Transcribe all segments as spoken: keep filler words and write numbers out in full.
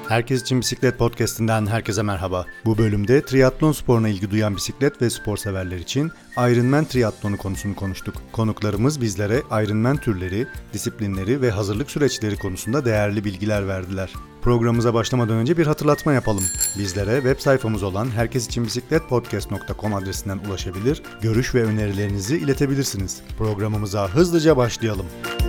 Herkes için Bisiklet Podcast'inden herkese merhaba. Bu bölümde triatlon sporuna ilgi duyan bisiklet ve spor severler için Ironman triatlonu konusunu konuştuk. Konuklarımız bizlere Ironman türleri, disiplinleri ve hazırlık süreçleri konusunda değerli bilgiler verdiler. Programımıza başlamadan önce bir hatırlatma yapalım. Bizlere web sayfamız olan herkesicinbisikletpodcast nokta com adresinden ulaşabilir, görüş ve önerilerinizi iletebilirsiniz. Programımıza hızlıca başlayalım.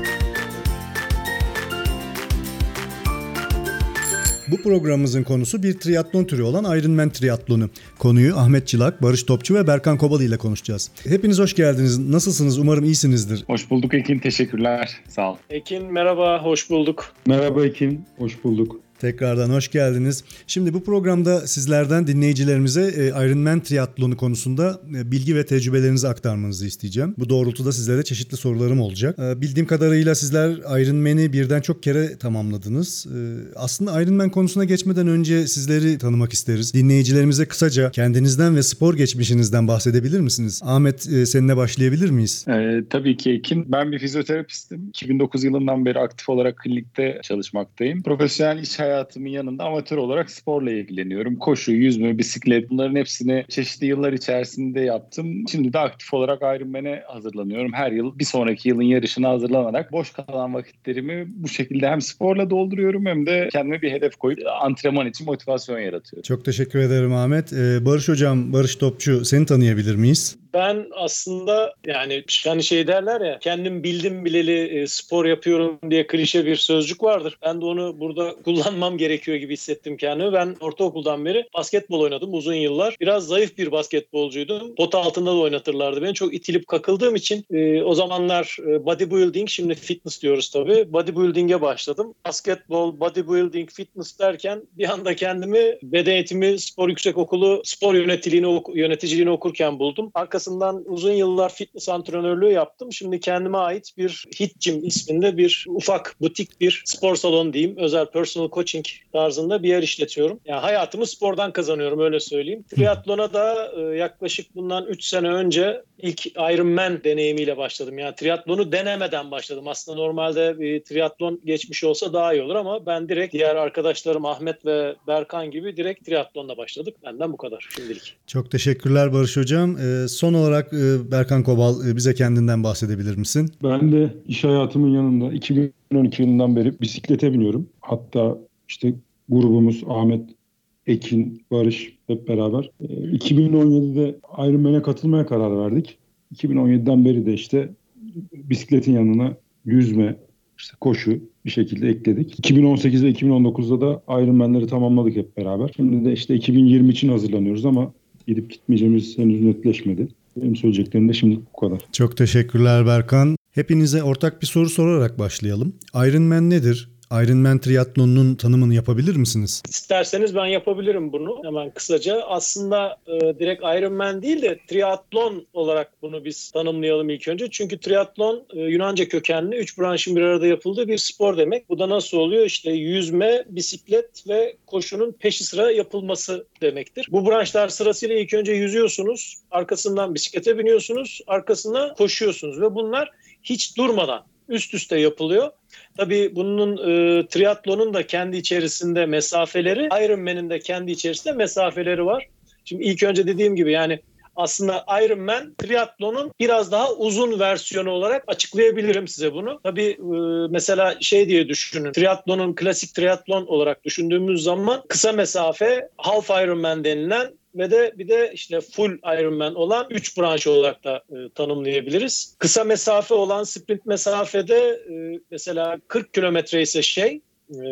Bu programımızın konusu bir triatlon türü olan Ironman triatlonu. Konuyu Ahmet Çılak, Barış Topçu ve Berkan Kobal ile konuşacağız. Hepiniz hoş geldiniz. Nasılsınız? Umarım iyisinizdir. Hoş bulduk Ekin. Teşekkürler. Sağ ol. Ekin merhaba. Hoş bulduk. Merhaba Ekin. Hoş bulduk. Tekrardan hoş geldiniz. Şimdi bu programda sizlerden dinleyicilerimize Ironman triatlonu konusunda bilgi ve tecrübelerinizi aktarmanızı isteyeceğim. Bu doğrultuda sizlere çeşitli sorularım olacak. Bildiğim kadarıyla sizler Ironman'i birden çok kere tamamladınız. Aslında Ironman konusuna geçmeden önce sizleri tanımak isteriz. Dinleyicilerimize kısaca kendinizden ve spor geçmişinizden bahsedebilir misiniz? Ahmet, seninle başlayabilir miyiz? Ee, tabii ki Ekin. Ben bir fizyoterapistim. iki bin dokuz yılından beri aktif olarak klinikte çalışmaktayım. Profesyonel iş hayatımın yanında amatör olarak sporla ilgileniyorum. Koşu, yüzme, bisiklet, bunların hepsini çeşitli yıllar içerisinde yaptım. Şimdi de aktif olarak Ironman'e hazırlanıyorum. Her yıl bir sonraki yılın yarışına hazırlanarak boş kalan vakitlerimi bu şekilde hem sporla dolduruyorum hem de kendime bir hedef koyup antrenman için motivasyon yaratıyorum. Çok teşekkür ederim Ahmet. Ee, Barış Hocam, Barış Topçu, seni tanıyabilir miyiz? Ben aslında yani hani şey derler ya, kendim bildim bileli e, spor yapıyorum diye klişe bir sözcük vardır. Ben de onu burada kullanmam gerekiyor gibi hissettim kendimi. Ben ortaokuldan beri basketbol oynadım uzun yıllar. Biraz zayıf bir basketbolcuydum. Pot altında da oynatırlardı beni. Çok itilip kakıldığım için e, o zamanlar e, bodybuilding, şimdi fitness diyoruz tabii. Bodybuilding'e başladım. Basketbol, bodybuilding, fitness derken bir anda kendimi beden eğitimi spor yüksekokulu spor yöneticiliğini, yöneticiliğini okurken buldum. Arkasından uzun yıllar fitness antrenörlüğü yaptım. Şimdi kendime ait bir Hit Gym isminde bir ufak butik bir spor salonu diyeyim. Özel personal coaching tarzında bir yer işletiyorum. Yani hayatımı spordan kazanıyorum, öyle söyleyeyim. Triatlona da e, yaklaşık bundan üç sene önce ilk Ironman deneyimiyle başladım. Yani triatlonu denemeden başladım. Aslında normalde bir triatlon geçmiş olsa daha iyi olur ama ben direkt diğer arkadaşlarım Ahmet ve Berkan gibi direkt triatlonla başladık. Benden bu kadar şimdilik. Çok teşekkürler Barış Hocam. Ee, son olarak e, Berkan Kobal, e, bize kendinden bahsedebilir misin? Ben de iş hayatımın yanında iki bin on iki yılından beri bisiklete biniyorum. Hatta işte grubumuz Ahmet, Ekin, Barış hep beraber iki bin on yedide Ironman'e katılmaya karar verdik. iki bin on yediden beri de işte bisikletin yanına yüzme, işte koşu bir şekilde ekledik. iki bin on sekizde iki bin on dokuzda da Ironman'leri tamamladık hep beraber. Şimdi de işte iki bin yirmi için hazırlanıyoruz ama gidip gitmeyeceğimiz henüz netleşmedi. Benim söyleyeceklerim de şimdi bu kadar. Çok teşekkürler Berkan. Hepinize ortak bir soru sorarak başlayalım. Ironman nedir? Ironman triatlonunun tanımını yapabilir misiniz? İsterseniz ben yapabilirim bunu hemen kısaca. Aslında e, direkt Ironman değil de triatlon olarak bunu biz tanımlayalım ilk önce. Çünkü triatlon e, Yunanca kökenli üç branşın bir arada yapıldığı bir spor demek. Bu da nasıl oluyor? İşte yüzme, bisiklet ve koşunun peşi sıra yapılması demektir. Bu branşlar sırasıyla ilk önce yüzüyorsunuz, arkasından bisiklete biniyorsunuz, arkasından koşuyorsunuz ve bunlar hiç durmadan üst üste yapılıyor. Tabii bunun e, triatlonun da kendi içerisinde mesafeleri, Ironman'in de kendi içerisinde mesafeleri var. Şimdi ilk önce dediğim gibi yani aslında Ironman triatlonun biraz daha uzun versiyonu olarak açıklayabilirim size bunu. Tabii e, mesela şey diye düşünün. Triatlonun klasik triatlon olarak düşündüğümüz zaman kısa mesafe half Ironman denilen ve de bir de işte full Ironman olan üç branş olarak da e, tanımlayabiliriz. Kısa mesafe olan sprint mesafede e, mesela kırk kilometre ise şey e,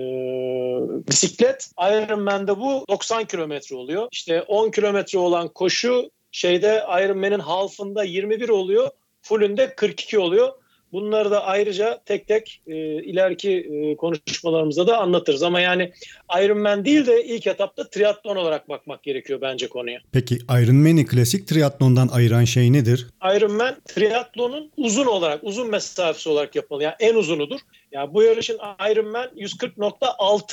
bisiklet, Ironman'de bu doksan kilometre oluyor. İşte on kilometre olan koşu şeyde Ironman'in half'ında yirmi bir oluyor, full'ünde kırk iki oluyor. Bunları da ayrıca tek tek e, ileriki e, konuşmalarımızda da anlatırız. Ama yani Ironman değil de ilk etapta triatlon olarak bakmak gerekiyor bence konuya. Peki Ironman'i klasik triatlondan ayıran şey nedir? Ironman triatlonun uzun olarak, uzun mesafesi olarak yapmalı. Yani en uzunudur. Yani bu yarışın Ironman yüz kırk nokta altı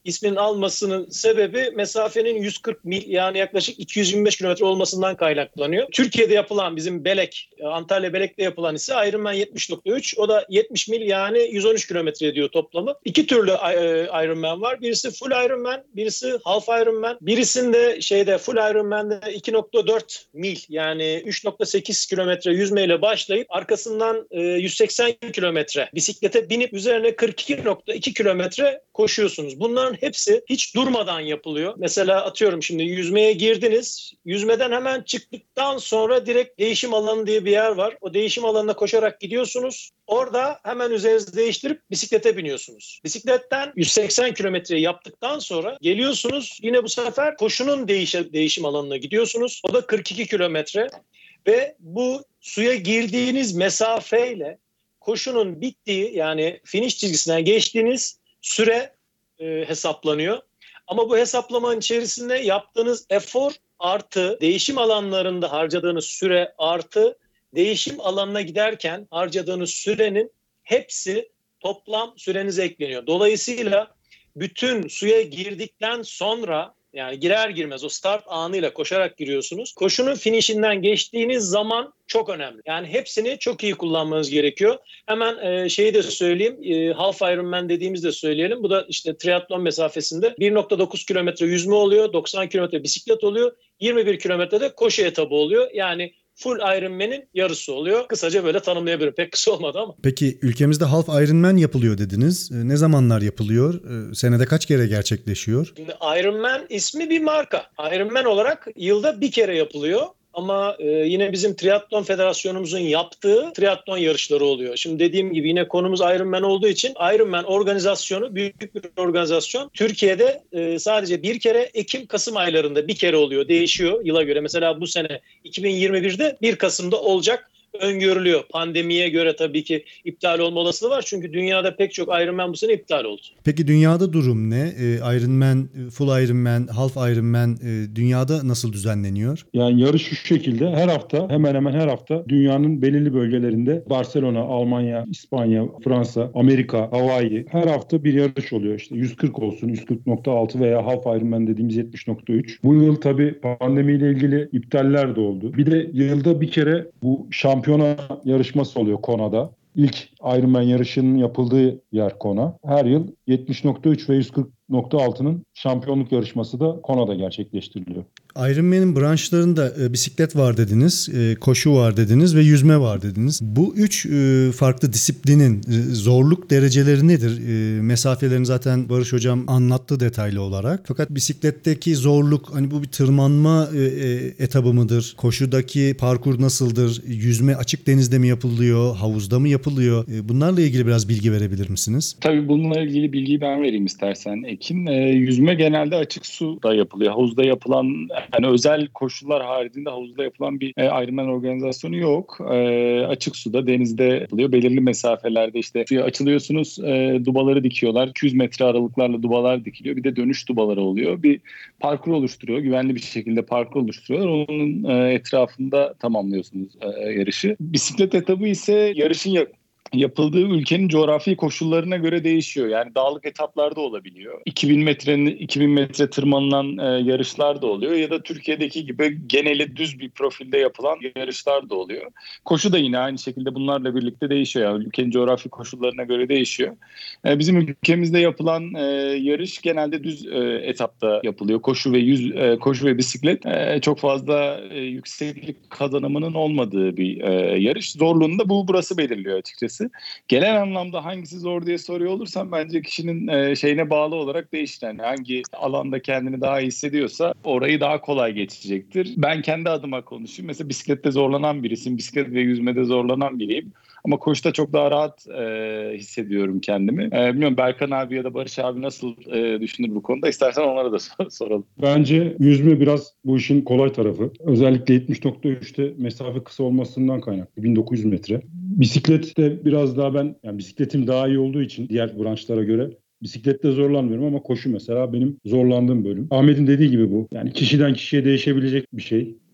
isminin almasının sebebi mesafenin yüz kırk mil yani yaklaşık iki yüz yirmi beş kilometre olmasından kaynaklanıyor. Türkiye'de yapılan bizim Belek, Antalya Belek'te yapılan ise Ironman yetmiş nokta üç. O da yetmiş mil yani yüz on üç kilometre ediyor toplamı. İki türlü Ironman var. Birisi full Ironman, birisi half Ironman. Birisinde şeyde full Ironman'de iki nokta dört mil yani üç nokta sekiz kilometre yüzmeyle başlayıp arkasından yüz seksen kilometre bisiklete binip üzerine kırk iki nokta iki kilometre koşuyorsunuz. Bunların hepsi hiç durmadan yapılıyor. Mesela atıyorum şimdi yüzmeye girdiniz. Yüzmeden hemen çıktıktan sonra direkt değişim alanı diye bir yer var. O değişim alanına koşarak gidiyorsunuz. Orada hemen üzerinizi değiştirip bisiklete biniyorsunuz. Bisikletten yüz seksen kilometreyi yaptıktan sonra geliyorsunuz. Yine bu sefer koşunun değişim, değişim alanına gidiyorsunuz. O da kırk iki kilometre. Ve bu suya girdiğiniz mesafeyle koşunun bittiği yani finish çizgisinden geçtiğiniz süre e, hesaplanıyor. Ama bu hesaplamanın içerisinde yaptığınız efor artı değişim alanlarında harcadığınız süre artı değişim alanına giderken harcadığınız sürenin hepsi toplam sürenize ekleniyor. Dolayısıyla bütün suya girdikten sonra yani girer girmez o start anıyla koşarak giriyorsunuz. Koşunun finişinden geçtiğiniz zaman çok önemli. Yani hepsini çok iyi kullanmanız gerekiyor. Hemen e, şeyi de söyleyeyim. E, Half Ironman dediğimizde söyleyelim. Bu da işte triatlon mesafesinde bir nokta dokuz kilometre yüzme oluyor. doksan kilometre bisiklet oluyor. yirmi bir kilometre de koşu etabı oluyor. Yani full Ironman'in yarısı oluyor. Kısaca böyle tanımlayabilirim. Pek kısa olmadı ama. Peki ülkemizde Half Ironman yapılıyor dediniz. Ne zamanlar yapılıyor? Senede kaç kere gerçekleşiyor? Şimdi Ironman ismi bir marka. Ironman olarak yılda bir kere yapılıyor. Ama e, yine bizim Triatlon Federasyonumuzun yaptığı triatlon yarışları oluyor. Şimdi dediğim gibi yine konumuz Ironman olduğu için Ironman organizasyonu büyük bir organizasyon. Türkiye'de e, sadece bir kere Ekim-Kasım aylarında bir kere oluyor. Değişiyor yıla göre. Mesela bu sene iki bin yirmi birde bir Kasım'da olacak. Öngörülüyor. Pandemiye göre tabii ki iptal olma olasılığı var. Çünkü dünyada pek çok Ironman bu sene iptal oldu. Peki dünyada durum ne? Ee, Ironman, Full Ironman, Half Ironman e, dünyada nasıl düzenleniyor? Yani yarış şu şekilde her hafta hemen hemen her hafta dünyanın belirli bölgelerinde Barcelona, Almanya, İspanya, Fransa, Amerika, Hawaii her hafta bir yarış oluyor. İşte yüz kırk olsun, yüz kırk nokta altı veya Half Ironman dediğimiz yetmiş nokta üç. Bu yıl tabii pandemiyle ilgili iptaller de oldu. Bir de yılda bir kere bu şampiyona yarışması oluyor Kona'da. İlk Ironman yarışının yapıldığı yer Kona. Her yıl yetmiş nokta üç ve yüz kırk nokta altının şampiyonluk yarışması da Kona'da gerçekleştiriliyor. Ironman'in branşlarında e, bisiklet var dediniz, e, koşu var dediniz ve yüzme var dediniz. Bu üç e, farklı disiplinin e, zorluk dereceleri nedir? E, mesafelerini zaten Barış Hocam anlattı detaylı olarak. Fakat bisikletteki zorluk hani bu bir tırmanma e, e, etabı mıdır? Koşudaki parkur nasıldır? Yüzme açık denizde mi yapılıyor? Havuzda mı yapılıyor? E, bunlarla ilgili biraz bilgi verebilir misiniz? Tabii bununla ilgili bilgiyi ben vereyim istersen Ekin. E, yüzme genelde açık suda yapılıyor. Havuzda yapılan yani özel koşullar haricinde havuzda yapılan bir e, Ironman organizasyonu yok. E, açık suda, denizde yapılıyor. Belirli mesafelerde işte suya açılıyorsunuz, e, dubaları dikiyorlar. iki yüz metre aralıklarla dubalar dikiliyor. Bir de dönüş dubaları oluyor. Bir parkur oluşturuyor. Güvenli bir şekilde parkur oluşturuyorlar. Onun e, etrafında tamamlıyorsunuz e, yarışı. Bisiklet etabı ise yarışın ya- yapıldığı ülkenin coğrafi koşullarına göre değişiyor. Yani dağlık etaplarda olabiliyor. iki bin metrenin iki bin metre tırmanılan e, yarışlar da oluyor ya da Türkiye'deki gibi geneli düz bir profilde yapılan yarışlar da oluyor. Koşu da yine aynı şekilde bunlarla birlikte değişiyor. Yani ülkenin coğrafi koşullarına göre değişiyor. E, bizim ülkemizde yapılan e, yarış genelde düz e, etapta yapılıyor. Koşu ve yüz e, koşu ve bisiklet e, çok fazla e, yükseklik kazanımının olmadığı bir e, yarış. Zorluğunu da bu burası belirliyor açıkçası. Genel anlamda hangisi zor diye soruyor olursam bence kişinin e, şeyine bağlı olarak değişir. Yani hangi alanda kendini daha iyi hissediyorsa orayı daha kolay geçecektir. Ben kendi adıma konuşayım. Mesela bisiklette zorlanan birisiyim. Bisiklet ve yüzmede zorlanan biriyim. Ama koşuda çok daha rahat e, hissediyorum kendimi. E, bilmiyorum Berkan abi ya da Barış abi nasıl e, düşünür bu konuda? İstersen onlara da sor- soralım. Bence yüzme biraz bu işin kolay tarafı. Özellikle yetmiş nokta üçte mesafe kısa olmasından kaynaklı. bin dokuz yüz metre. Bisiklette biraz daha ben, yani bisikletim daha iyi olduğu için diğer branşlara göre bisiklette zorlanmıyorum ama koşu mesela benim zorlandığım bölüm. Ahmet'in dediği gibi bu. Yani kişiden kişiye değişebilecek bir şey.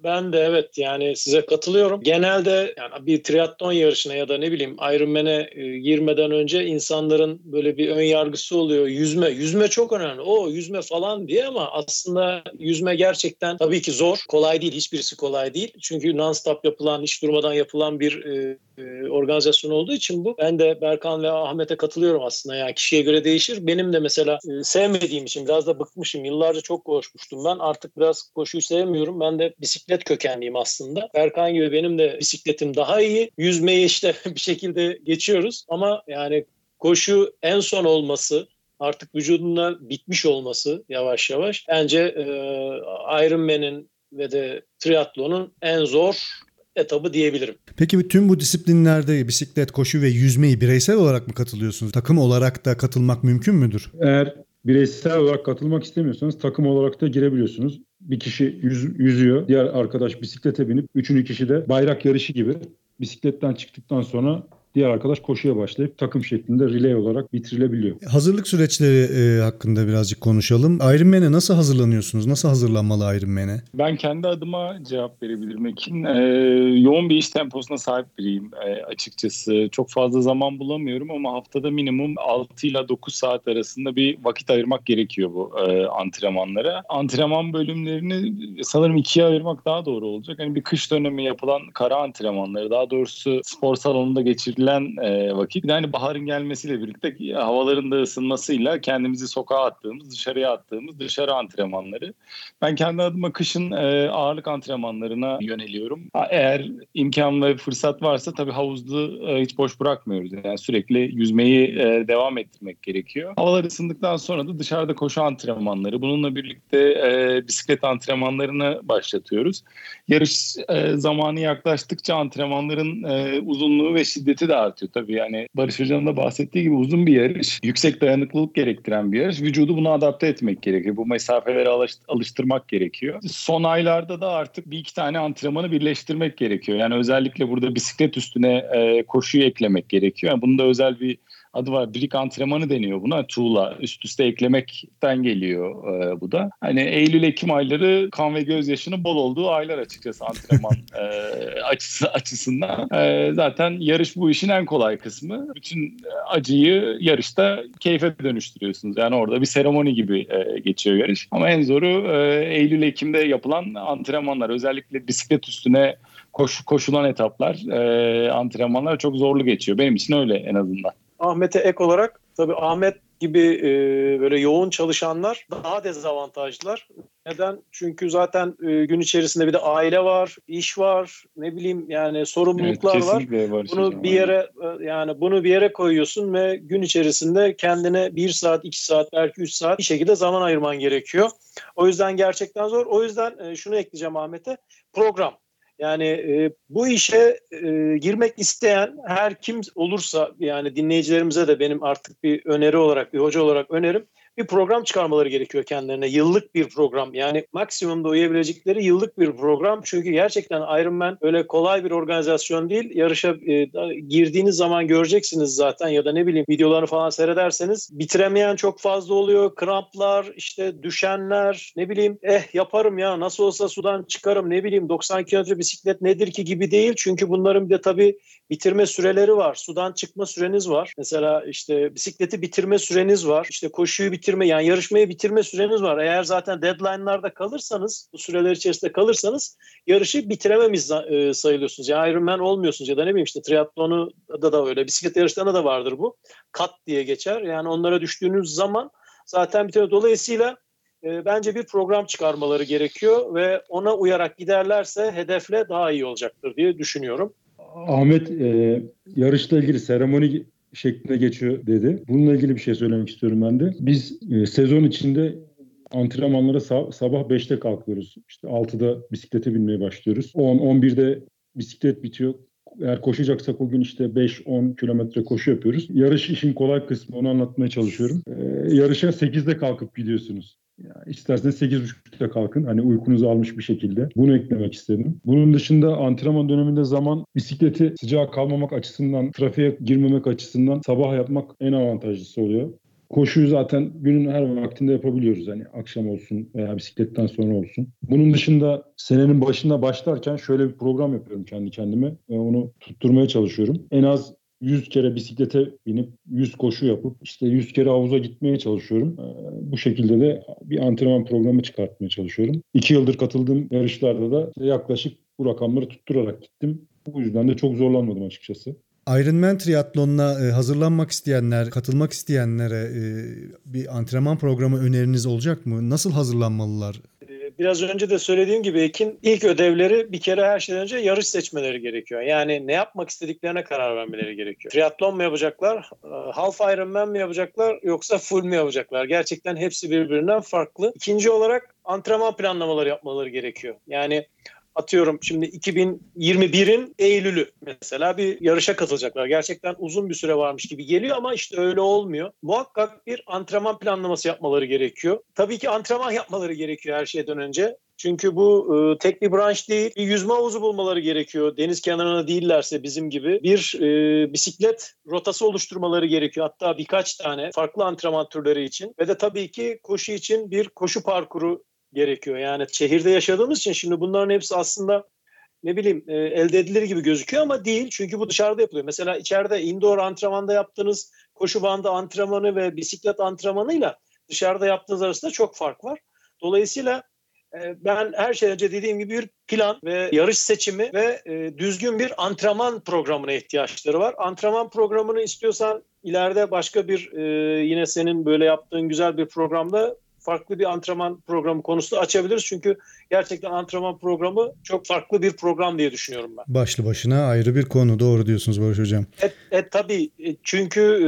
Ben de evet, yani size katılıyorum. Genelde yani bir triatlon yarışına ya da ne bileyim Ironman'e e, girmeden önce insanların böyle bir ön yargısı oluyor. Yüzme, yüzme çok önemli. O yüzme falan diye, ama aslında yüzme gerçekten tabii ki zor. Kolay değil, hiçbirisi kolay değil. Çünkü non-stop yapılan, hiç durmadan yapılan bir e, e, organizasyon olduğu için bu. Ben de Berkan ve Ahmet'e katılıyorum aslında. Yani kişiye göre değişir. Benim de mesela e, sevmediğim için biraz da bıkmışım. Yıllarca çok koşmuştum ben. Artık biraz koşuyu sevmiyorum. Ben de bisiklet kökenliyim aslında. Berkan gibi benim de bisikletim daha iyi. Yüzmeyi işte bir şekilde geçiyoruz. Ama yani koşu en son olması, artık vücudunda bitmiş olması yavaş yavaş. Bence e, Ironman'in ve de triatlonun en zor etabı diyebilirim. Peki bütün bu disiplinlerde bisiklet, koşu ve yüzmeyi bireysel olarak mı katılıyorsunuz? Takım olarak da katılmak mümkün müdür? Eğer bireysel olarak katılmak istemiyorsanız takım olarak da girebiliyorsunuz. Bir kişi yüz, yüzüyor, diğer arkadaş bisiklete binip üçüncü kişi de bayrak yarışı gibi bisikletten çıktıktan sonra diğer arkadaş koşuya başlayıp takım şeklinde relay olarak bitirilebiliyor. Hazırlık süreçleri e, hakkında birazcık konuşalım. Ironman'e nasıl hazırlanıyorsunuz? Nasıl hazırlanmalı Ironman'e? Ben kendi adıma cevap verebilirim Ekin. Ee, yoğun bir iş temposuna sahip biriyim ee, açıkçası. Çok fazla zaman bulamıyorum ama haftada minimum altı ile dokuz saat arasında bir vakit ayırmak gerekiyor bu e, antrenmanlara. Antrenman bölümlerini sanırım ikiye ayırmak daha doğru olacak. Hani bir kış dönemi yapılan kara antrenmanları, daha doğrusu spor salonunda geçirilen e, vakit. Yani baharın gelmesiyle birlikte havaların da ısınmasıyla kendimizi sokağa attığımız, dışarıya attığımız dışarı antrenmanları. Ben kendi adıma kışın e, ağırlık antrenmanlarına yöneliyorum. Ha, eğer imkan ve fırsat varsa tabii havuzlu e, hiç boş bırakmıyoruz. Yani sürekli yüzmeyi e, devam ettirmek gerekiyor. Havalar ısındıktan sonra da dışarıda koşu antrenmanları, bununla birlikte e, bisiklet antrenmanlarını başlatıyoruz. Yarış e, zamanı yaklaştıkça antrenmanların e, uzunluğu ve şiddeti de artıyor. Tabii yani Barış Hoca'nın da bahsettiği gibi uzun bir yarış, yüksek dayanıklılık gerektiren bir yarış. Vücudu buna adapte etmek gerekiyor. Bu mesafelere alış- alıştırmak gerekiyor. Son aylarda da artık bir iki tane antrenmanı birleştirmek gerekiyor. Yani özellikle burada bisiklet üstüne e, koşuyu eklemek gerekiyor. Yani bunun da özel bir adı var. Brick antrenmanı deniyor buna. Tuğla üst üste eklemekten geliyor e, bu da. Hani Eylül-Ekim ayları kan ve gözyaşının bol olduğu aylar açıkçası antrenman e, açısı açısından. E, zaten yarış bu işin en kolay kısmı. Bütün acıyı yarışta keyfe dönüştürüyorsunuz. Yani orada bir seremoni gibi e, geçiyor yarış. Ama en zoru e, Eylül-Ekim'de yapılan antrenmanlar. Özellikle bisiklet üstüne koş, koşulan etaplar, e, antrenmanlar çok zorlu geçiyor. Benim için öyle en azından. Ahmet'e ek olarak tabii Ahmet gibi e, böyle yoğun çalışanlar daha dezavantajlılar. Neden? Çünkü zaten e, gün içerisinde bir de aile var, iş var, ne bileyim yani sorumluluklar Evet, var. var. Bunu bir yere e, yani bunu bir yere koyuyorsun ve gün içerisinde kendine bir saat, iki saat, belki üç saat bir şekilde zaman ayırman gerekiyor. O yüzden gerçekten zor. O yüzden e, şunu ekleyeceğim Ahmet'e. Program. Yani e, bu işe e, girmek isteyen her kim olursa, yani dinleyicilerimize de benim artık bir öneri olarak, bir hoca olarak önerim, bir program çıkarmaları gerekiyor kendilerine. Yıllık bir program, yani maksimumda uyabilecekleri yıllık bir program. Çünkü gerçekten Ironman öyle kolay bir organizasyon değil. Yarışa e, girdiğiniz zaman göreceksiniz zaten, ya da ne bileyim videolarını falan seyrederseniz bitiremeyen çok fazla oluyor. Kramplar, işte düşenler, ne bileyim eh yaparım ya nasıl olsa sudan çıkarım, ne bileyim doksan kilometre bisiklet nedir ki gibi değil. Çünkü bunların bir de tabii bitirme süreleri var. Sudan çıkma süreniz var. Mesela işte bisikleti bitirme süreniz var. İşte koşuyu bitirme, yani yarışmayı bitirme süreniz var. Eğer zaten deadline'larda kalırsanız, bu süreler içerisinde kalırsanız yarışı bitirememiş sayılıyorsunuz. Yani Ironman olmuyorsunuz, ya da ne bileyim işte triatlonu da da öyle. Bisiklet yarışlarında da vardır bu. Cut diye geçer. Yani onlara düştüğünüz zaman zaten bitiyor. Dolayısıyla e, bence bir program çıkarmaları gerekiyor ve ona uyarak giderlerse hedefle daha iyi olacaktır diye düşünüyorum. Ahmet e, yarışla ilgili seremoni şeklinde geçiyor dedi. Bununla ilgili bir şey söylemek istiyorum ben de. Biz e, sezon içinde antrenmanlara sab- sabah beşte kalkıyoruz. İşte altıda bisiklete binmeye başlıyoruz. on on birde bisiklet bitiyor. Eğer koşacaksak o gün işte beş on kilometre koşu yapıyoruz. Yarış işin kolay kısmı, onu anlatmaya çalışıyorum. E, yarışa sekizde kalkıp gidiyorsunuz. Yani isterseniz sekiz buçukta kalkın. Hani uykunuzu almış bir şekilde. Bunu eklemek istedim. Bunun dışında antrenman döneminde zaman, bisikleti sıcağa kalmamak açısından, trafiğe girmemek açısından sabah yapmak en avantajlısı oluyor. koşuyu zaten günün her vaktinde yapabiliyoruz. Hani akşam olsun veya bisikletten sonra olsun. Bunun dışında senenin başında başlarken şöyle bir program yapıyorum kendi kendime ve onu tutturmaya çalışıyorum. En az yüz kere bisiklete binip yüz koşu yapıp işte yüz kere havuza gitmeye çalışıyorum. Ee, bu şekilde de bir antrenman programı çıkartmaya çalışıyorum. İki yıldır katıldığım yarışlarda da yaklaşık bu rakamları tutturarak gittim. Bu yüzden de çok zorlanmadım açıkçası. Ironman triatlonuna e, hazırlanmak isteyenler, katılmak isteyenlere e, bir antrenman programı öneriniz olacak mı? Nasıl hazırlanmalılar? Biraz önce de söylediğim gibi Ekin, ilk ödevleri bir kere her şeyden önce yarış seçmeleri gerekiyor. Yani ne yapmak istediklerine karar vermeleri gerekiyor. Triatlon mu yapacaklar, half Ironman mi yapacaklar yoksa full mu yapacaklar? Gerçekten hepsi birbirinden farklı. İkinci olarak antrenman planlamaları yapmaları gerekiyor. Yani atıyorum şimdi iki bin yirmi birin Eylül'ü mesela bir yarışa katılacaklar. Gerçekten uzun bir süre varmış gibi geliyor ama işte öyle olmuyor. Muhakkak bir antrenman planlaması yapmaları gerekiyor. Tabii ki antrenman yapmaları gerekiyor her şeyden önce. Çünkü bu e, tek bir branş değil. Bir yüzme havuzu bulmaları gerekiyor. Deniz kenarına değillerse bizim gibi. Bir e, bisiklet rotası oluşturmaları gerekiyor. Hatta birkaç tane farklı antrenman türleri için. Ve de tabii ki koşu için bir koşu parkuru gerekiyor. Yani şehirde yaşadığımız için şimdi bunların hepsi aslında ne bileyim e, elde edilir gibi gözüküyor ama değil. Çünkü bu dışarıda yapılıyor. Mesela içeride indoor antrenmanda yaptığınız koşu bandı antrenmanı ve bisiklet antrenmanıyla dışarıda yaptığınız arasında çok fark var. Dolayısıyla e, ben her şeyden önce dediğim gibi bir plan ve yarış seçimi ve e, düzgün bir antrenman programına ihtiyaçları var. Antrenman programını istiyorsan ileride başka bir e, yine senin böyle yaptığın güzel bir programda farklı bir antrenman programı konusu açabiliriz. Çünkü gerçekten antrenman programı çok farklı bir program diye düşünüyorum ben. Başlı başına ayrı bir konu. Doğru diyorsunuz Barış Hocam. Evet, evet tabii. Çünkü e,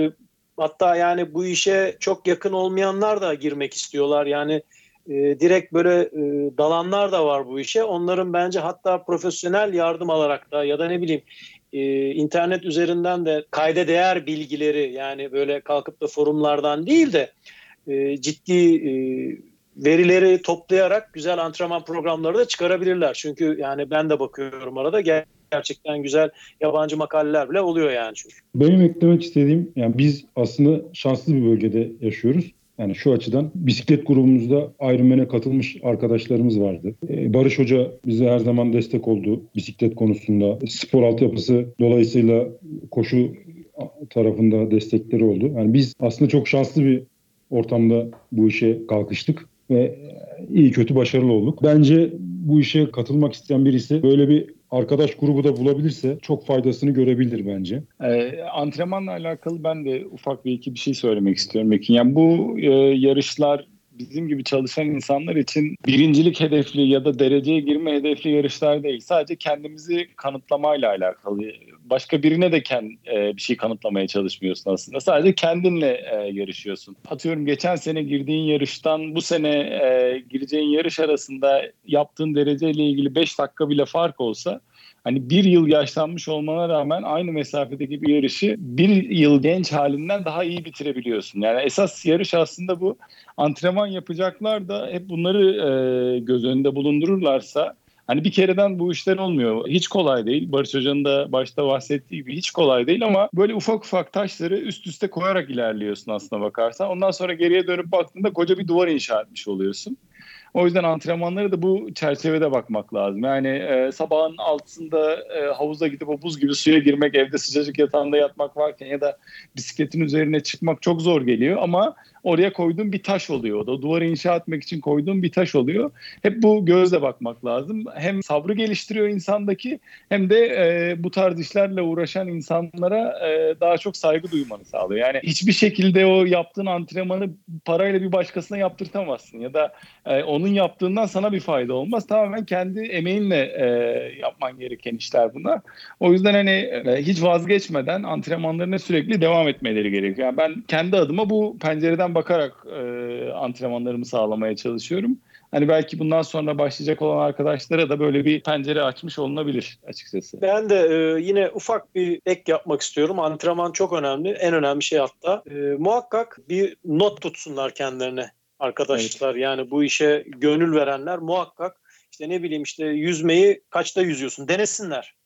hatta yani bu işe çok yakın olmayanlar da girmek istiyorlar. Yani e, direkt böyle e, dalanlar da var bu işe. Onların bence hatta profesyonel yardım alarak da ya da ne bileyim e, internet üzerinden de kayda değer bilgileri yani böyle kalkıp da forumlardan değil de E, ciddi e, verileri toplayarak güzel antrenman programları da çıkarabilirler. Çünkü yani ben de bakıyorum arada ger- gerçekten güzel yabancı makaleler bile oluyor yani. Çünkü. Benim eklemek istediğim yani biz aslında şanslı bir bölgede yaşıyoruz. Yani şu açıdan bisiklet grubumuzda Ironman'e katılmış arkadaşlarımız vardı. Ee, Barış Hoca bize her zaman destek oldu bisiklet konusunda. Spor altyapısı dolayısıyla koşu tarafında destekleri oldu. Yani biz aslında çok şanslı bir ortamda bu işe kalkıştık ve iyi kötü başarılı olduk. Bence bu işe katılmak isteyen birisi böyle bir arkadaş grubu da bulabilirse çok faydasını görebilir bence. Ee, antrenmanla alakalı ben de ufak bir iki bir şey söylemek istiyorum Ekin. Yani bu e, yarışlar bizim gibi çalışan insanlar için birincilik hedefli ya da dereceye girme hedefli yarışlar değil. Sadece kendimizi kanıtlamayla alakalı. Başka birine de kend, e, bir şey kanıtlamaya çalışmıyorsun aslında. Sadece kendinle e, yarışıyorsun. Atıyorum geçen sene girdiğin yarıştan bu sene e, gireceğin yarış arasında yaptığın dereceyle ilgili beş dakika bile fark olsa hani bir yıl yaşlanmış olmana rağmen aynı mesafedeki bir yarışı bir yıl genç halinden daha iyi bitirebiliyorsun. Yani esas yarış aslında bu. Antrenman yapacaklar da hep bunları e, göz önünde bulundururlarsa hani bir kereden bu işler olmuyor. Hiç kolay değil. Barış Hoca'nın da başta bahsettiği gibi hiç kolay değil ama böyle ufak ufak taşları üst üste koyarak ilerliyorsun aslına bakarsan. Ondan sonra geriye dönüp baktığında koca bir duvar inşa etmiş oluyorsun. O yüzden antrenmanlara da bu çerçevede bakmak lazım. Yani e, sabahın altısında e, havuza gidip o buz gibi suya girmek, evde sıcacık yatağında yatmak varken ya da bisikletin üzerine çıkmak çok zor geliyor ama oraya koyduğun bir taş oluyor. O da duvarı inşa etmek için koyduğun bir taş oluyor. Hep bu gözle bakmak lazım. Hem sabrı geliştiriyor insandaki hem de e, bu tarz işlerle uğraşan insanlara e, daha çok saygı duymanı sağlıyor. Yani hiçbir şekilde o yaptığın antrenmanı parayla bir başkasına yaptırtamazsın ya da e, onun yaptığından sana bir fayda olmaz. Tamamen kendi emeğinle e, yapman gereken işler bunlar. O yüzden hani e, hiç vazgeçmeden antrenmanlarına sürekli devam etmeleri gerekiyor. Yani ben kendi adıma bu pencereden bakarak e, antrenmanlarımı sağlamaya çalışıyorum. Hani belki bundan sonra başlayacak olan arkadaşlara da böyle bir pencere açmış olunabilir açıkçası. Ben de e, yine ufak bir ek yapmak istiyorum. Antrenman çok önemli. En önemli şey hatta. E, muhakkak bir not tutsunlar kendilerine arkadaşlar. Evet. Yani bu işe gönül verenler muhakkak işte ne bileyim işte yüzmeyi kaçta yüzüyorsun denesinler.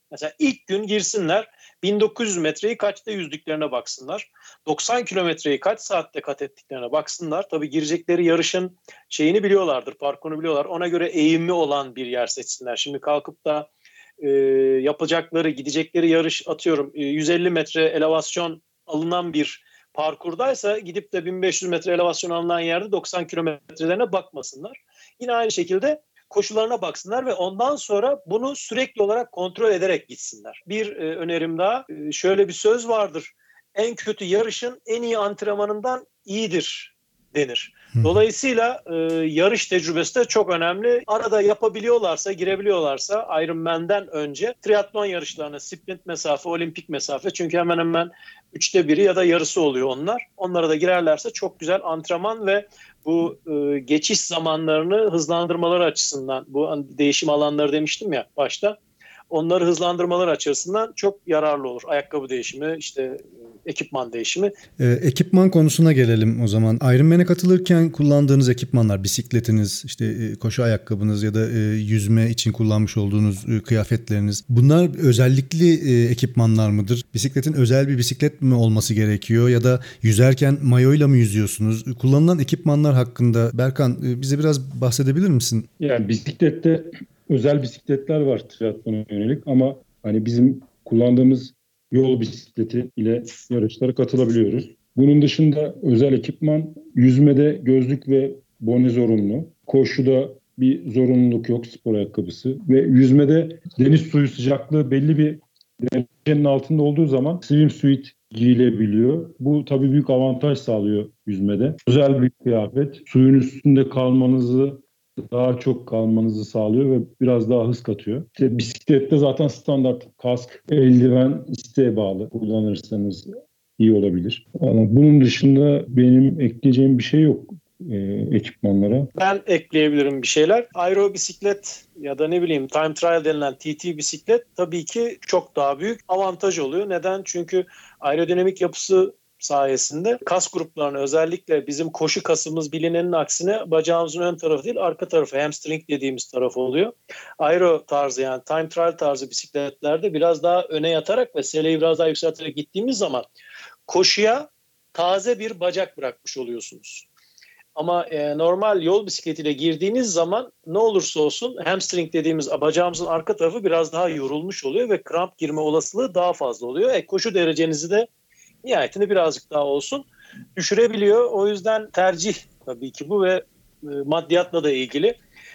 Mesela ilk gün girsinler, bin dokuz yüz metreyi kaçta yüzdüklerine baksınlar. doksan kilometreyi kaç saatte kat ettiklerine baksınlar. Tabii girecekleri yarışın şeyini biliyorlardır, parkurunu biliyorlar. Ona göre eğimli olan bir yer seçsinler. Şimdi kalkıp da e, yapacakları, gidecekleri yarış, atıyorum e, yüz elli metre elevasyon alınan bir parkurdaysa gidip de bin beş yüz metre elevasyon alınan yerde doksan kilometrelerine bakmasınlar. Yine aynı şekilde koşularına baksınlar ve ondan sonra bunu sürekli olarak kontrol ederek gitsinler. Bir e, önerim daha, e, şöyle bir söz vardır. En kötü yarışın en iyi antrenmanından iyidir denir. Dolayısıyla e, yarış tecrübesi de çok önemli. Arada yapabiliyorlarsa, girebiliyorlarsa Ironman'den önce triatlon yarışlarına, sprint mesafe, olimpik mesafe, çünkü hemen hemen üçte biri ya da yarısı oluyor onlar. Onlara da girerlerse çok güzel antrenman ve bu e, geçiş zamanlarını hızlandırmaları açısından, bu değişim alanları demiştim ya başta, onları hızlandırmaları açısından çok yararlı olur. Ayakkabı değişimi, işte ekipman değişimi. E, ekipman konusuna gelelim o zaman. Ironman'e katılırken kullandığınız ekipmanlar, bisikletiniz, işte e, koşu ayakkabınız ya da e, yüzme için kullanmış olduğunuz e, kıyafetleriniz. Bunlar özellikli e, ekipmanlar mıdır? Bisikletin özel bir bisiklet mi olması gerekiyor ya da yüzerken mayoyla mı yüzüyorsunuz? Kullanılan ekipmanlar hakkında Berkan e, bize biraz bahsedebilir misin? Yani bisiklette özel bisikletler var triatlona yönelik ama hani bizim kullandığımız yol bisikleti ile yarışlara katılabiliyoruz. Bunun dışında özel ekipman, yüzmede gözlük ve bone zorunlu. Koşuda bir zorunluluk yok, spor ayakkabısı. Ve yüzmede deniz suyu sıcaklığı belli bir derecenin altında olduğu zaman swimsuit giyilebiliyor. Bu tabii büyük avantaj sağlıyor yüzmede. Özel bir kıyafet, suyun üstünde kalmanızı, daha çok kalmanızı sağlıyor ve biraz daha hız katıyor. İşte bisiklette zaten standart kask, eldiven isteğe bağlı. Kullanırsanız iyi olabilir. Ama bunun dışında benim ekleyeceğim bir şey yok e, ekipmanlara. Ben ekleyebilirim bir şeyler. Aero bisiklet ya da ne bileyim time trial denilen T T bisiklet tabii ki çok daha büyük avantaj oluyor. Neden? Çünkü aerodinamik yapısı sayesinde kas gruplarına, özellikle bizim koşu kasımız bilinenin aksine bacağımızın ön tarafı değil arka tarafı, hamstring dediğimiz tarafı oluyor. Aero tarzı, yani time trial tarzı bisikletlerde biraz daha öne yatarak ve seleyi biraz daha yükselterek gittiğimiz zaman koşuya taze bir bacak bırakmış oluyorsunuz. Ama e, normal yol bisikletiyle girdiğiniz zaman ne olursa olsun hamstring dediğimiz bacağımızın arka tarafı biraz daha yorulmuş oluyor ve kramp girme olasılığı daha fazla oluyor. E, koşu derecenizi de nihayetinde birazcık daha olsun düşürebiliyor. O yüzden tercih tabii ki bu ve e, maddiyatla da ilgili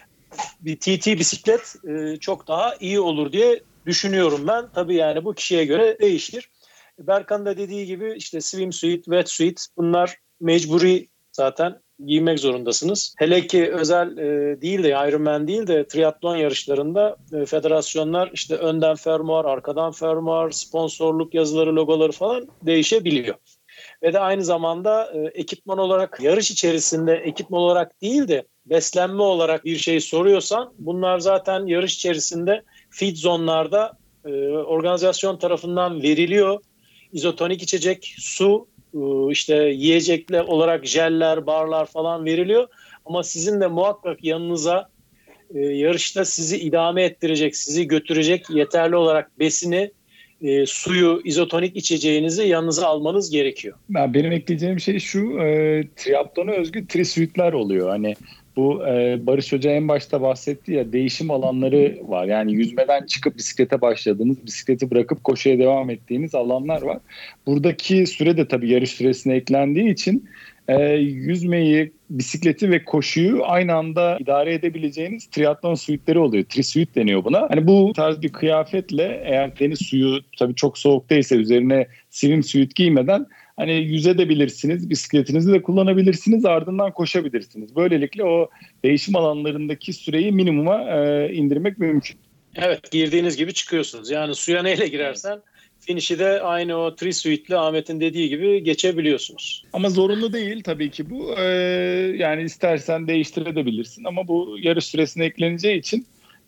bir T T bisiklet e, çok daha iyi olur diye düşünüyorum ben. Tabii yani bu kişiye göre değişir. Berkan da dediği gibi işte swimsuit, wetsuit bunlar mecburi zaten giymek zorundasınız. Hele ki özel e, değil de Ironman değil de triatlon yarışlarında e, federasyonlar işte önden fermuar, arkadan fermuar, sponsorluk yazıları, logoları falan değişebiliyor. Ve de aynı zamanda e, ekipman olarak yarış içerisinde ekipman olarak değil de beslenme olarak bir şey soruyorsan bunlar zaten yarış içerisinde feed zone'larda e, organizasyon tarafından veriliyor. İzotonik içecek, su, işte yiyecekler olarak jeller, barlar falan veriliyor. Ama sizin de muhakkak yanınıza e, yarışta sizi idame ettirecek, sizi götürecek yeterli olarak besini, e, suyu, izotonik içeceğinizi yanınıza almanız gerekiyor. Ben, benim ekleyeceğim şey şu, e, triatlona özgü trisuitler oluyor. Hani bu e, Barış Hoca en başta bahsetti ya, değişim alanları var. Yani yüzmeden çıkıp bisiklete başladığınız, bisikleti bırakıp koşuya devam ettiğiniz alanlar var. Buradaki süre de tabii yarış süresine eklendiği için e, yüzmeyi, bisikleti ve koşuyu aynı anda idare edebileceğiniz triatlon suitleri oluyor. Trisuit deniyor buna. Hani bu tarz bir kıyafetle, eğer deniz suyu tabii çok soğuk değilse, üzerine swimsuit giymeden hani yüzebilirsiniz, bisikletinizi de kullanabilirsiniz, ardından koşabilirsiniz. Böylelikle o değişim alanlarındaki süreyi minimuma e, indirmek mümkün. Evet, girdiğiniz gibi çıkıyorsunuz. Yani suya neyle girersen finişi de aynı o trisuit'le Ahmet'in dediği gibi geçebiliyorsunuz. Ama zorunlu değil tabii ki bu. Ee, yani istersen değiştirebilirsin ama bu yarış süresine ekleneceği için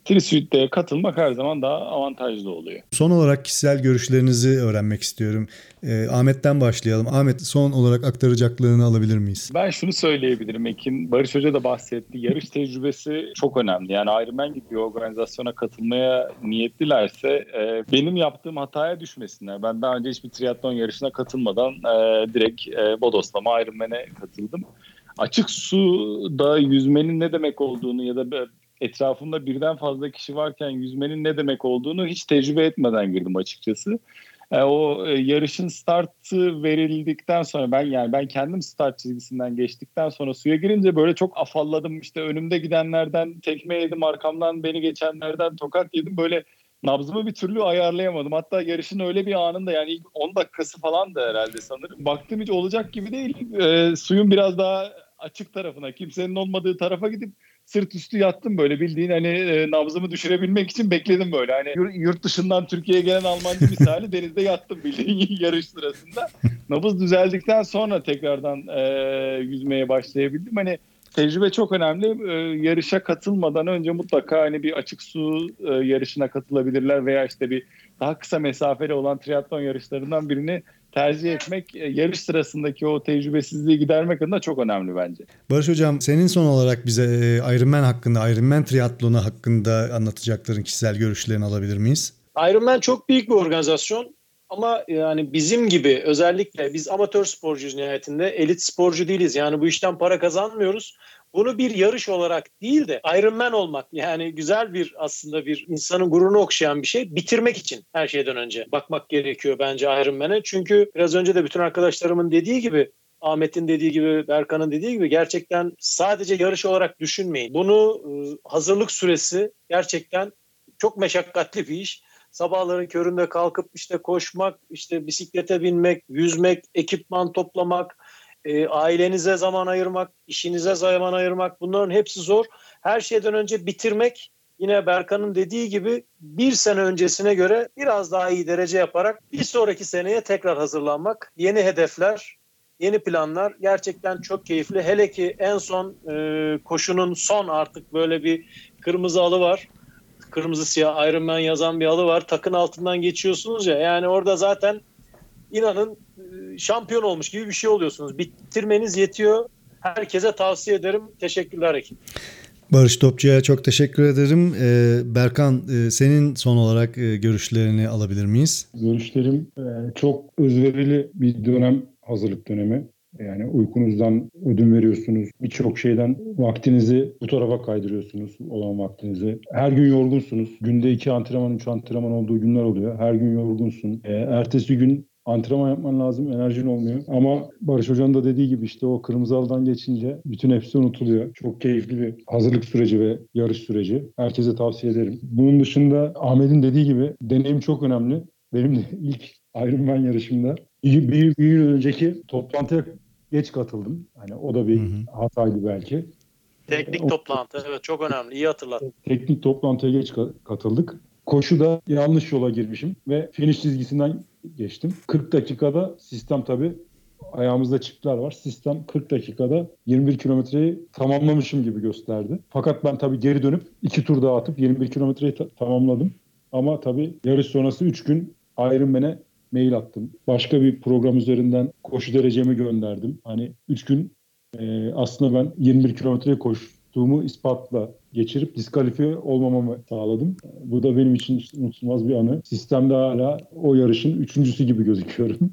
Tri-Suite'de katılmak her zaman daha avantajlı oluyor. Son olarak kişisel görüşlerinizi öğrenmek istiyorum. E, Ahmet'ten başlayalım. Ahmet, son olarak aktaracaklarını alabilir miyiz? Ben şunu söyleyebilirim Ekin. Barış Hoca da bahsetti. Yarış tecrübesi çok önemli. Yani Ironman gibi bir organizasyona katılmaya niyetlilerse e, benim yaptığım hataya düşmesinler. Ben daha önce hiçbir triatlon yarışına katılmadan e, direkt e, bodoslama Ironman'e katıldım. Açık suda yüzmenin ne demek olduğunu ya da etrafımda birden fazla kişi varken yüzmenin ne demek olduğunu hiç tecrübe etmeden girdim açıkçası. E, o e, yarışın startı verildikten sonra ben yani ben kendim start çizgisinden geçtikten sonra suya girince böyle çok afalladım. İşte önümde gidenlerden tekme yedim, arkamdan beni geçenlerden tokat yedim. Böyle nabzımı bir türlü ayarlayamadım. Hatta yarışın öyle bir anında, yani ilk on dakikası falan da herhalde sanırım. Baktım hiç olacak gibi değil. E, suyun biraz daha açık tarafına, kimsenin olmadığı tarafa gidip sırt üstü yattım, böyle bildiğin hani e, nabzımı düşürebilmek için bekledim böyle. Hani yurt dışından Türkiye'ye gelen Almancı misali denizde yattım bildiğin yarış sırasında. Nabız düzeldikten sonra tekrardan e, yüzmeye başlayabildim. Hani tecrübe çok önemli. E, yarışa katılmadan önce mutlaka hani bir açık su e, yarışına katılabilirler veya işte bir daha kısa mesafeli olan triatlon yarışlarından birini tercih etmek, yarış sırasındaki o tecrübesizliği gidermek adına çok önemli bence. Barış Hocam, senin son olarak bize Ironman hakkında, Ironman triatlonu hakkında anlatacakların kişisel görüşlerini alabilir miyiz? Ironman çok büyük bir organizasyon ama yani bizim gibi, özellikle biz amatör sporcuyuz nihayetinde, elit sporcu değiliz. Yani bu işten para kazanmıyoruz. Bunu bir yarış olarak değil de Ironman olmak, yani güzel bir, aslında bir insanın gururunu okşayan bir şey. Bitirmek için her şeyden önce bakmak gerekiyor bence Ironman'e. Çünkü biraz önce de bütün arkadaşlarımın dediği gibi, Ahmet'in dediği gibi, Berkan'ın dediği gibi, gerçekten sadece yarış olarak düşünmeyin. Bunu hazırlık süresi gerçekten çok meşakkatli bir iş. Sabahların köründe kalkıp işte koşmak, işte bisiklete binmek, yüzmek, ekipman toplamak, e, ailenize zaman ayırmak, işinize zaman ayırmak, bunların hepsi zor. Her şeyden önce bitirmek, yine Berkan'ın dediği gibi bir sene öncesine göre biraz daha iyi derece yaparak bir sonraki seneye tekrar hazırlanmak. Yeni hedefler, yeni planlar, gerçekten çok keyifli. Hele ki en son e, koşunun son artık böyle bir kırmızı halı var. Kırmızı siyah Ironman yazan bir halı var. Takın altından geçiyorsunuz ya. Yani orada zaten inanın şampiyon olmuş gibi bir şey oluyorsunuz. Bitirmeniz yetiyor. Herkese tavsiye ederim. Teşekkürler Ekin. Barış Topçu'ya çok teşekkür ederim. Ee, Berkan, e, senin son olarak e, görüşlerini alabilir miyiz? Görüşlerim e, çok özverili bir dönem, hazırlık dönemi. Yani uykunuzdan ödün veriyorsunuz. Birçok şeyden vaktinizi bu tarafa kaydırıyorsunuz, olan vaktinizi. Her gün yorgunsunuz. Günde iki antrenman, üç antrenman olduğu günler oluyor. Her gün yorgunsun. E, ertesi gün antrenman yapman lazım, enerjin olmuyor. Ama Barış Hoca'nın da dediği gibi işte o kırmızı halıdan geçince bütün hepsi unutuluyor. Çok keyifli bir hazırlık süreci ve yarış süreci. Herkese tavsiye ederim. Bunun dışında Ahmet'in dediği gibi deneyim çok önemli. Benim de ilk Ironman yarışımda bir, bir, bir yıl önceki toplantıya geç katıldım. Hani o da bir hı hı. hataydı belki. Teknik o, toplantı, evet, çok önemli. İyi hatırlattın. Teknik toplantıya geç katıldık. Koşuda yanlış yola girmişim ve finish çizgisinden geçtim. kırk dakikada sistem, tabii ayağımızda çipler var. Sistem kırk dakikada yirmi bir kilometreyi tamamlamışım gibi gösterdi. Fakat ben tabii geri dönüp iki tur daha atıp yirmi bir kilometreyi ta- tamamladım. Ama tabii yarış sonrası üç gün Ironman'e mail attım. Başka bir program üzerinden koşu derecemi gönderdim. Hani üç gün e, aslında ben yirmi bir kilometre koştuğumu ispatla geçirip diskalifiye olmamamı sağladım. Bu da benim için unutulmaz bir anı. Sistemde hala o yarışın üçüncüsü gibi gözüküyorum.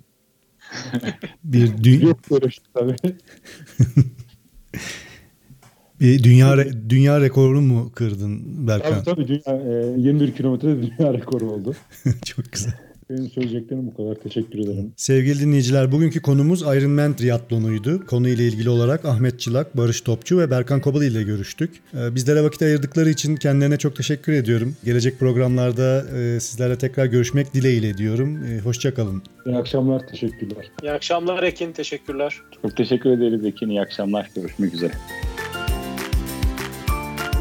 Bir dü- Yok böyle şey tabii. Bir dünya re- dünya rekoru mu kırdın Berkan? Tabii tabii dünya, e, yirmi bir kilometre dünya rekoru oldu. Çok güzel. Benim söyleyeceklerim bu kadar. Teşekkür ederim. Sevgili dinleyiciler, bugünkü konumuz Ironman triatlonuydu. Konuyla ilgili olarak Ahmet Çılak, Barış Topçu ve Berkan Kobalı ile görüştük. Bizlere vakit ayırdıkları için kendilerine çok teşekkür ediyorum. Gelecek programlarda sizlerle tekrar görüşmek dileğiyle diyorum. Hoşça kalın. İyi akşamlar, teşekkürler. İyi akşamlar Ekin, teşekkürler. Çok teşekkür ederiz Ekin, iyi akşamlar. Görüşmek üzere.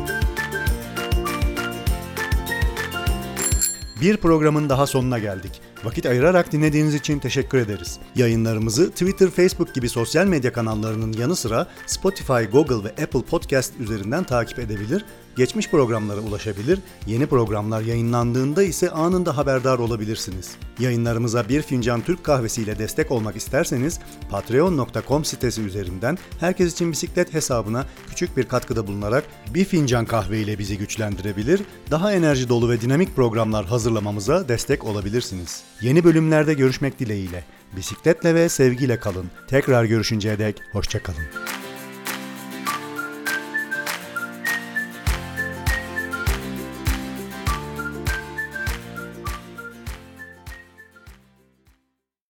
Bir programın daha sonuna geldik. Vakit ayırarak dinlediğiniz için teşekkür ederiz. Yayınlarımızı Twitter, Facebook gibi sosyal medya kanallarının yanı sıra Spotify, Google ve Apple Podcast üzerinden takip edebilir, geçmiş programlara ulaşabilir, yeni programlar yayınlandığında ise anında haberdar olabilirsiniz. Yayınlarımıza Bir Fincan Türk Kahvesi ile destek olmak isterseniz patreon nokta com sitesi üzerinden Herkes için Bisiklet hesabına küçük bir katkıda bulunarak Bir Fincan Kahve ile bizi güçlendirebilir, daha enerji dolu ve dinamik programlar hazırlamamıza destek olabilirsiniz. Yeni bölümlerde görüşmek dileğiyle. Bisikletle ve sevgiyle kalın. Tekrar görüşünceye dek hoşça kalın.